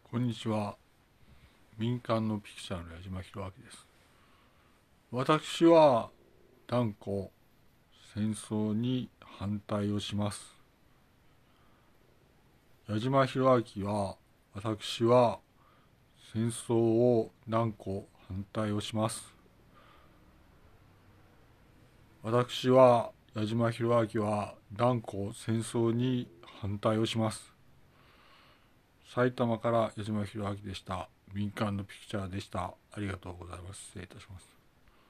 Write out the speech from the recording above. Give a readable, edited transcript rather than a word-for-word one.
こんにちは。民間のピクチャーの矢島弘明です。私は断固戦争に反対をします。矢島弘明は、私は戦争を断固反対をします。私は矢島弘明は断固戦争に反対をします。埼玉から矢島弘明でした。民間のピクチャーでした。ありがとうございます。失礼いたします。